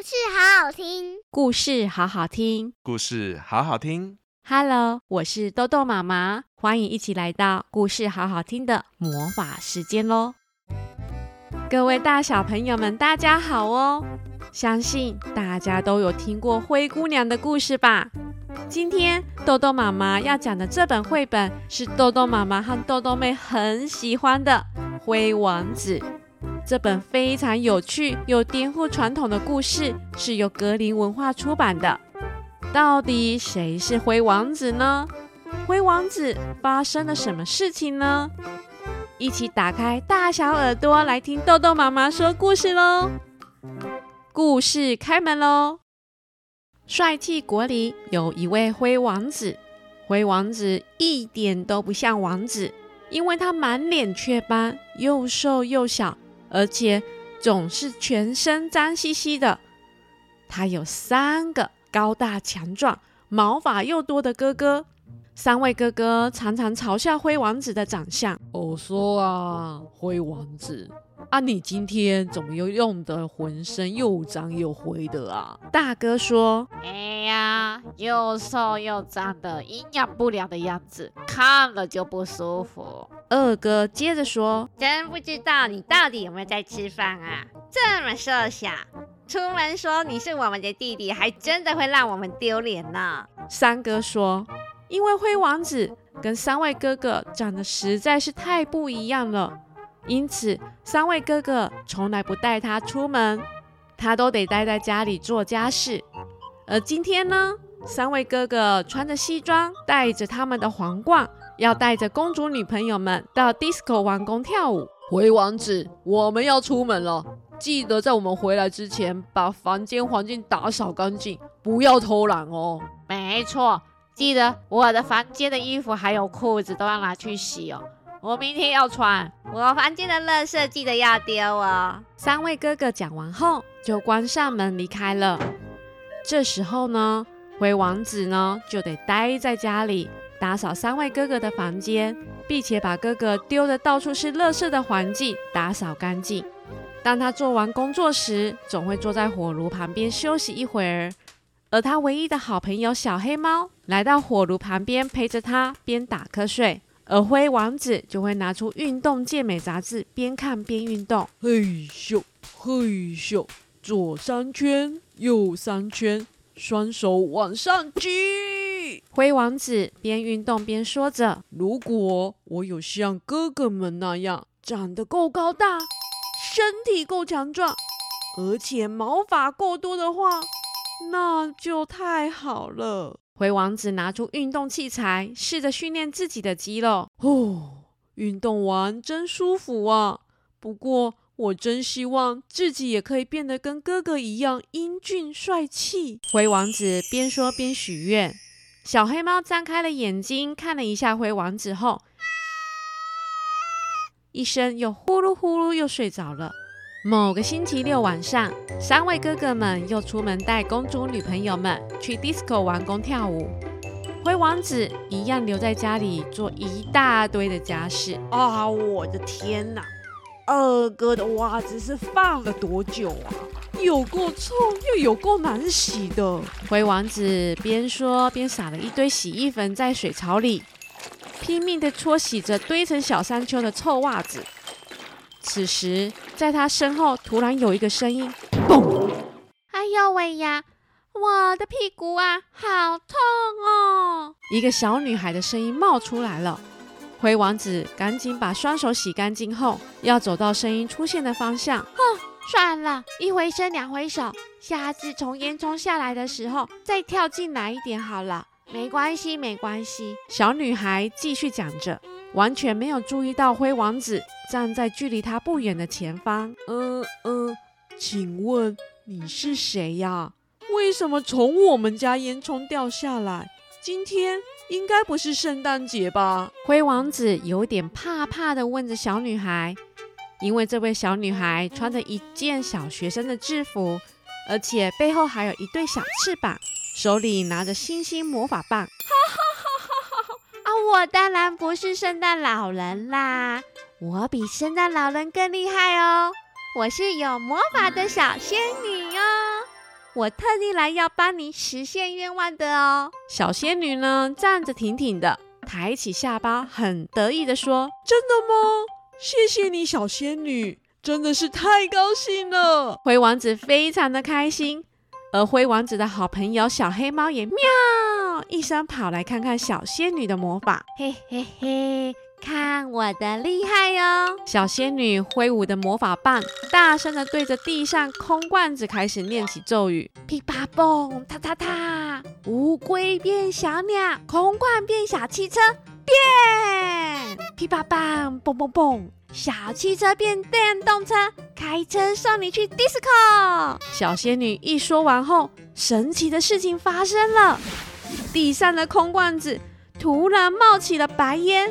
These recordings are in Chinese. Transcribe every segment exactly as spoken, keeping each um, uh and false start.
事好好听， 故事好好听， 故事好好听。 Hello， 我是豆豆妈妈，欢迎一起来到故事好好听的魔法时间咯。各位大小朋友们，大家好哦！相信大家都有听过灰姑娘的故事吧？今天豆豆妈妈要讲的这本绘本是豆豆妈妈和豆豆妹很喜欢的《灰王子》。这本非常有趣又颠覆传统的故事是由格林文化出版的。到底谁是灰王子呢？灰王子发生了什么事情呢？一起打开大小耳朵来听豆豆妈妈说故事咯。故事开门咯。帅气国里有一位灰王子，灰王子一点都不像王子，因为他满脸雀斑，又瘦又小，而且总是全身脏兮兮的。他有三个高大强壮、毛发又多的哥哥，三位哥哥常常嘲笑灰王子的长相。 我说啊，灰王子啊，你今天怎么又用得浑身又脏又灰的啊？ 大哥说： 哎呀，又瘦又脏的，营养不良的样子，看了就不舒服。 二哥接着说： 真不知道你到底有没有在吃饭啊？这么瘦小，出门说你是我们的弟弟，还真的会让我们丢脸呢。 三哥说：因为灰王子跟三位哥哥长得实在是太不一样了，因此三位哥哥从来不带他出门，他都得待在家里做家事。而今天呢，三位哥哥穿着西装，戴着他们的皇冠，要带着公主女朋友们到 disco 王宫跳舞。 灰王子，我们要出门了，记得在我们回来之前把房间环境打扫干净，不要偷懒哦。 没错，记得我的房间的衣服还有裤子都要拿去洗哦，我明天要穿。我房间的垃圾记得要丢哦。 三位哥哥讲完后就关上门离开了。这时候呢，灰王子呢就得待在家里打扫三位哥哥的房间，并且把哥哥丢的到处是垃圾的环境打扫干净。当他做完工作时，总会坐在火炉旁边休息一会儿，而他唯一的好朋友小黑猫来到火炉旁边陪着他边打瞌睡，而灰王子就会拿出运动健美杂志边看边运动。 嘿咻嘿咻，左三圈右三圈，双手往上举。 灰王子边运动边说着： 如果我有像哥哥们那样长得够高大，身体够强壮，而且毛发够多的话，那就太好了。 灰王子拿出运动器材，试着训练自己的肌肉。 哦，运动完真舒服啊！不过我真希望自己也可以变得跟哥哥一样英俊帅气。 灰王子边说边许愿。小黑猫张开了眼睛，看了一下灰王子后，一声又呼噜呼噜又睡着了。某个星期六晚上，三位哥哥们又出门带公主女朋友们去 disco 王宫跳舞。灰王子一样留在家里做一大堆的家事。 啊，我的天哪！二哥的袜子是放了多久啊？有够臭又有够难洗的。 灰王子边说边撒了一堆洗衣粉在水槽里，拼命地搓洗着堆成小山丘的臭袜子。此时在他身后突然有一个声音，嘣！ 哎呦喂呀，我的屁股啊，好痛哦！ 一个小女孩的声音冒出来了。灰王子赶紧把双手洗干净后，要走到声音出现的方向。 哦，算了，一回生两回熟，下次从烟囱下来的时候再跳进来一点好了。没关系，没关系。 小女孩继续讲着，完全没有注意到灰王子站在距离她不远的前方。 嗯嗯，请问你是谁呀？为什么从我们家烟囱掉下来？今天应该不是圣诞节吧？ 灰王子有点怕怕地问着小女孩，因为这位小女孩穿着一件小学生的制服，而且背后还有一对小翅膀，手里拿着星星魔法棒。 啊，我当然不是圣诞老人啦，我比圣诞老人更厉害哦，我是有魔法的小仙女哦。 我特地来要帮你实现愿望的哦。小仙女呢，站着挺挺的，抬起下巴，很得意的说： 真的吗？谢谢你，小仙女，真的是太高兴了。 灰王子非常的开心，而灰王子的好朋友小黑猫也喵一声跑来看看小仙女的魔法。 嘿嘿嘿，看我的厉害哦！ 小仙女挥舞的魔法棒，大声的对着地上空罐子开始念起咒语：噼啪蹦，踏踏踏，乌龟变小鸟，空罐变小汽车，变！噼啪棒，蹦蹦蹦，小汽车变电动车，开车送你去 disco。小仙女一说完后，神奇的事情发生了，地上的空罐子突然冒起了白烟。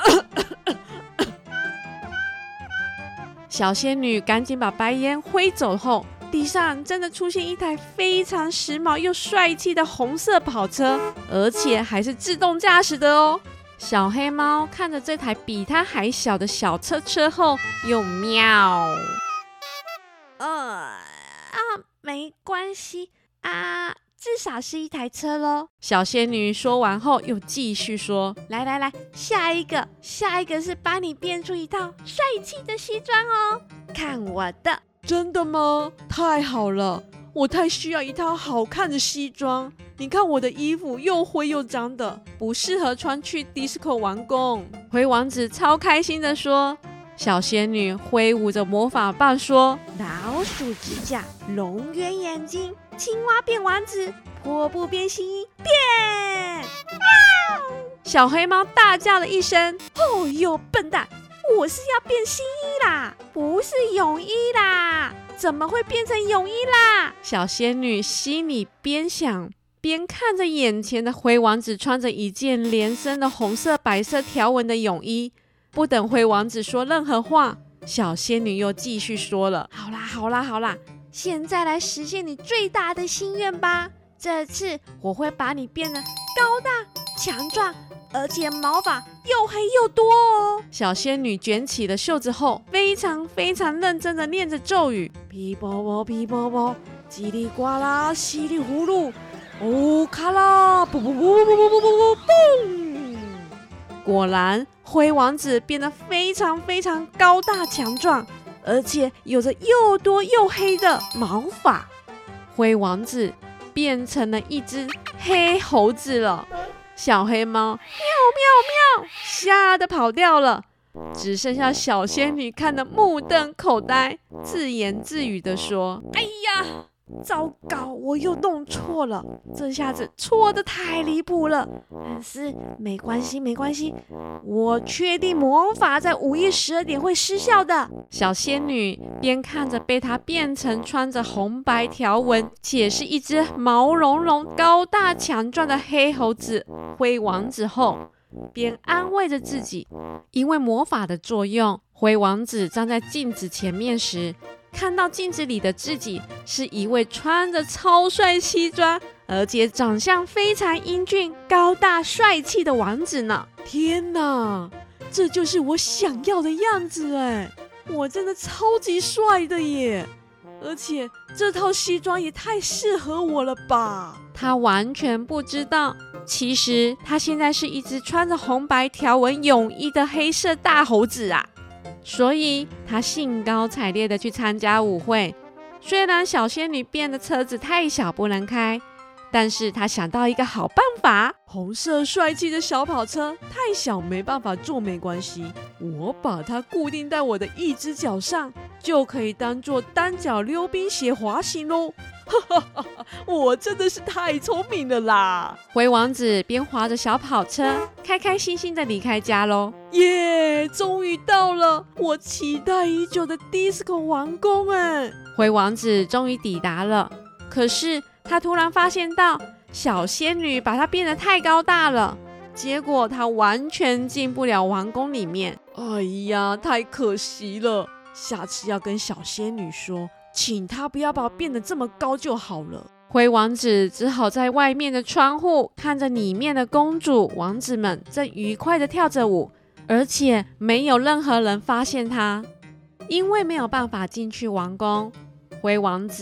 小仙女赶紧把白烟挥走后，地上真的出现一台非常时髦又帅气的红色跑车，而且还是自动驾驶的哦。小黑猫看着这台比它还小的小车车后，又喵。呃啊，没关系啊，至少是一台车咯。小仙女说完后，又继续说：来来来，下一个，下一个是帮你变出一套帅气的西装哦，看我的。 真的吗？太好了，我太需要一套好看的西装。你看我的衣服又灰又脏的，不适合穿去 disco 玩工。 灰王子超开心的说。小仙女挥舞着魔法棒说：老鼠指甲，龙圆眼睛，青蛙变王子，破布变新衣，变！小黑猫大叫了一声：哦哟，笨蛋，我是要变新衣啦，不是泳衣啦，怎么会变成泳衣啦？小仙女心里边想边看着眼前的灰王子穿着一件连身的红色白色条纹的泳衣。不等灰王子说任何话，小仙女又继续说了：好啦好啦好啦，现在来实现你最大的心愿吧，这次我会把你变得高大强壮，而且毛发又黑又多哦。小仙女卷起了袖子后，非常非常认真的念着咒语：噼啵啵噼啵啵，叽里呱啦稀里呼噜，哦卡啦，啵啵啵啵啵啵啵嘣！果然，灰王子变得非常非常高大强壮，而且有着又多又黑的毛发。灰王子变成了一只黑猴子了。小黑猫喵喵喵，吓得跑掉了，只剩下小仙女看得目瞪口呆，自言自语地说：哎呀，糟糕，我又弄错了，这下子错得太离谱了。但是没关系没关系，我确定魔法在午夜十二点会失效的。小仙女边看着被她变成穿着红白条纹且是一只毛茸茸高大强壮的黑猴子灰王子后，边安慰着自己。因为魔法的作用，灰王子站在镜子前面时，看到镜子里的自己是一位穿着超帅西装，而且长相非常英俊、高大帅气的王子呢。 天哪，这就是我想要的样子哎！我真的超级帅的耶！而且这套西装也太适合我了吧！ 他完全不知道，其实他现在是一只穿着红白条纹泳衣的黑色大猴子啊！所以他兴高采烈地去参加舞会。虽然小仙女变的车子太小不能开，但是他想到一个好办法。 红色帅气的小跑车太小没办法坐没关系，我把它固定在我的一只脚上，就可以当做单脚溜冰鞋滑行咯。哈哈哈，我真的是太聪明了啦！ 灰王子边滑着小跑车，开开心心的离开家咯。 耶，终于到了我期待已久的 disco 王宫哎！ 灰王子终于抵达了，可是他突然发现到小仙女把他变得太高大了，结果他完全进不了王宫里面。 哎呀，太可惜了，下次要跟小仙女说，请她不要把我变得这么高就好了。 灰王子只好在外面的窗户看着里面的公主王子们正愉快地跳着舞，而且没有任何人发现他。因为没有办法进去王宫，灰王子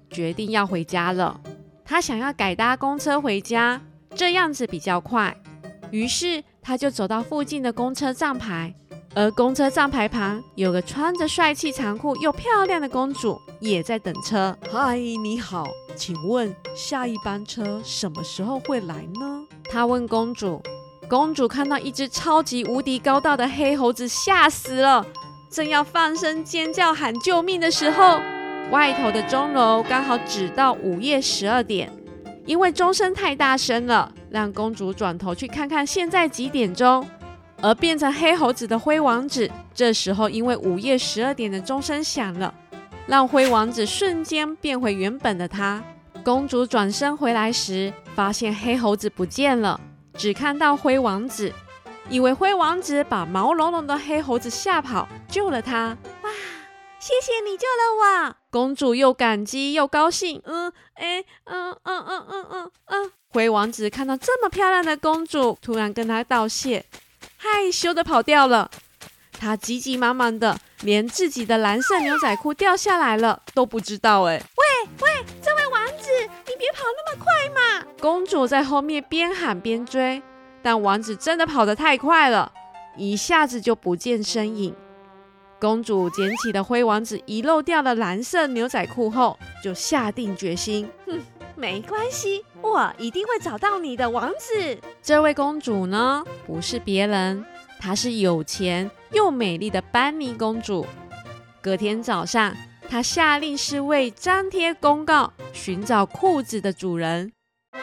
决定要回家了。他想要改搭公车回家，这样子比较快。于是他就走到附近的公车站牌，而公车站牌旁有个穿着帅气长裤又漂亮的公主也在等车。 嗨，你好，请问下一班车什么时候会来呢？ 他问公主。公主看到一只超级无敌高大的黑猴子，吓死了，正要放声尖叫喊救命的时候，外头的钟楼刚好指到午夜十二点。因为钟声太大声了，让公主转头去看看现在几点钟。而变成黑猴子的灰王子，这时候因为午夜十二点的钟声响了，让灰王子瞬间变回原本的他。公主转身回来时，发现黑猴子不见了，只看到灰王子，以为灰王子把毛茸茸的黑猴子吓跑，救了他。哇，谢谢你救了我！公主又感激又高兴。嗯，哎，嗯嗯嗯嗯嗯嗯。灰王子看到这么漂亮的公主，突然跟她道谢，害羞的跑掉了。他急急忙忙的，连自己的蓝色牛仔裤掉下来了都不知道。哎，喂喂，这位王子，你别跑那么快嘛！公主在后面边喊边追，但王子真的跑得太快了，一下子就不见身影。公主捡起了灰王子遗漏掉的蓝色牛仔裤后，就下定决心，哼，没关系，我一定会找到你的王子。这位公主呢，不是别人，她是有钱又美丽的班尼公主。隔天早上，她下令侍卫张贴公告，寻找裤子的主人。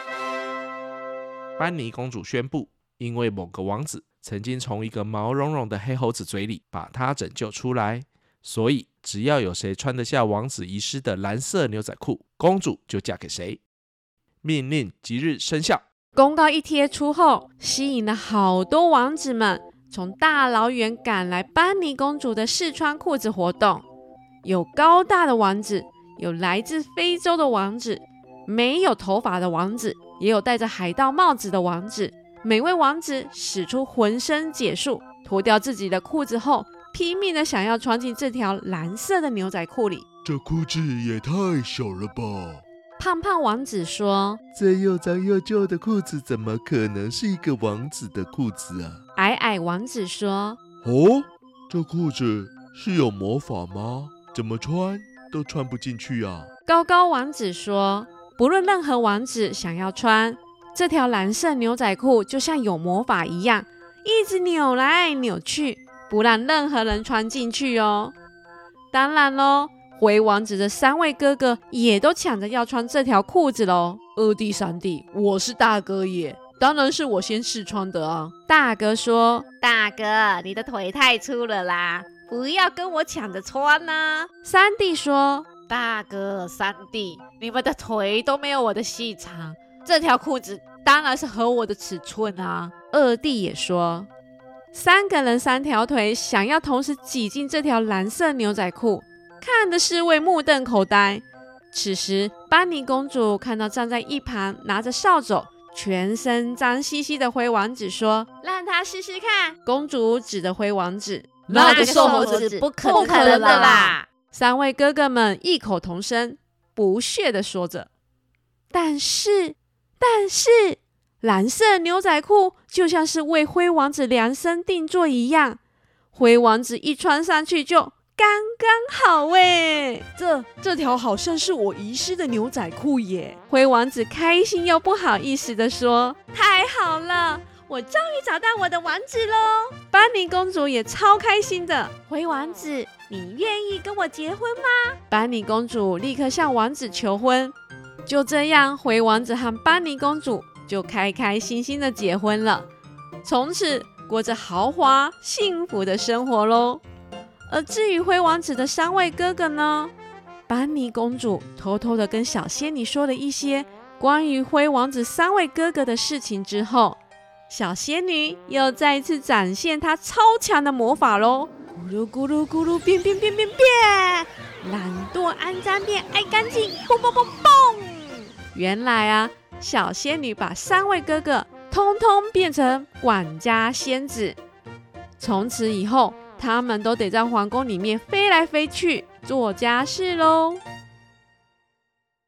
班尼公主宣布，因为某个王子曾经从一个毛茸茸的黑猴子嘴里把她拯救出来，所以只要有谁穿得下王子遗失的蓝色牛仔裤，公主就嫁给谁。命令即日生效。 公告一贴出后，吸引了好多王子们从大老远赶来班尼公主的试穿裤子活动。有高大的王子，有来自非洲的王子，没有头发的王子，也有戴着海盗帽子的王子。每位王子使出浑身解数，脱掉自己的裤子后，拼命的想要穿进这条蓝色的牛仔裤里。 这裤子也太小了吧！ 胖胖王子说， 这又脏又旧的裤子怎么可能是一个王子的裤子啊？ 矮矮王子说， 哦，这裤子是有魔法吗？怎么穿都穿不进去啊！ 高高王子说，不论任何王子想要穿这条蓝色牛仔裤，就像有魔法一样，一直扭来扭去，不让任何人穿进去哦。当然咯，灰王子的三位哥哥也都抢着要穿这条裤子咯。 二弟三弟，我是大哥耶，当然是我先试穿的啊。 大哥说， 大哥，你的腿太粗了啦，不要跟我抢着穿啊。 三弟说， 大哥三弟，你们的腿都没有我的细长，这条裤子当然是合我的尺寸啊。 二弟也说，三个人三条腿想要同时挤进这条蓝色牛仔裤，看得侍卫目瞪口呆。此时班尼公主看到站在一旁拿着扫帚全身脏兮兮的灰王子，说， 让他试试看。 公主指着灰王子， 那个瘦猴子不可能的啦。 三位哥哥们异口同声不屑地说着。但是但是蓝色牛仔裤就像是为灰王子量身定做一样，灰王子一穿上去就刚刚好耶。 这这条好像是我遗失的牛仔裤耶。 灰王子开心又不好意思地说，太好了，我终于找到我的王子咯。班尼公主也超开心的，灰王子，你愿意跟我结婚吗？班尼公主立刻向王子求婚。就这样，灰王子和班尼公主就开开心心的结婚了，从此过着豪华幸福的生活咯。而至于灰王子的三位哥哥呢，班尼公主偷偷的跟小仙女说了一些关于灰王子三位哥哥的事情之后，小仙女又再一次展现她超强的魔法咯。咕噜咕噜咕噜变变变变变，懒惰肮脏变爱干净，蹦蹦蹦蹦。原来啊，小仙女把三位哥哥通通变成管家仙子，从此以后他们都得在皇宫里面飞来飞去做家事咯。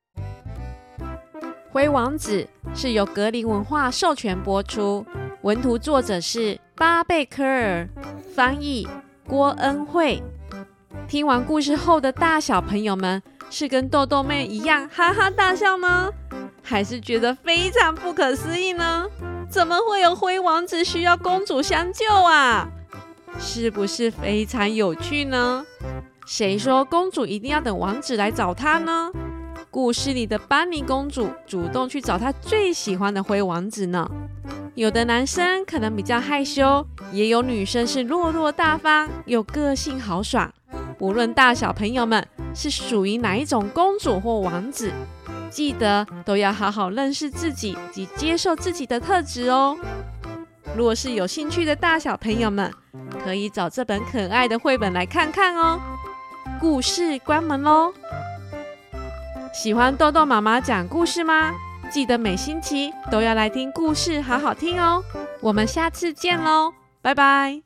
灰王子是由格林文化授权播出，文图作者是巴贝科尔，翻译郭恩惠。听完故事后的大小朋友们，是跟豆豆妹一样哈哈大笑呢，还是觉得非常不可思议呢？怎么会有灰王子需要公主相救啊？是不是非常有趣呢？谁说公主一定要等王子来找她呢？故事里的班尼公主主动去找她最喜欢的灰王子呢。有的男生可能比较害羞，也有女生是落落大方，有个性豪爽。不论大小朋友们是属于哪一种公主或王子，记得都要好好认识自己及接受自己的特质哦。若是有兴趣的大小朋友们，可以找这本可爱的绘本来看看哦。故事关门咯。喜欢豆豆妈妈讲故事吗？记得每星期都要来听故事，好好听哦。我们下次见咯，拜拜。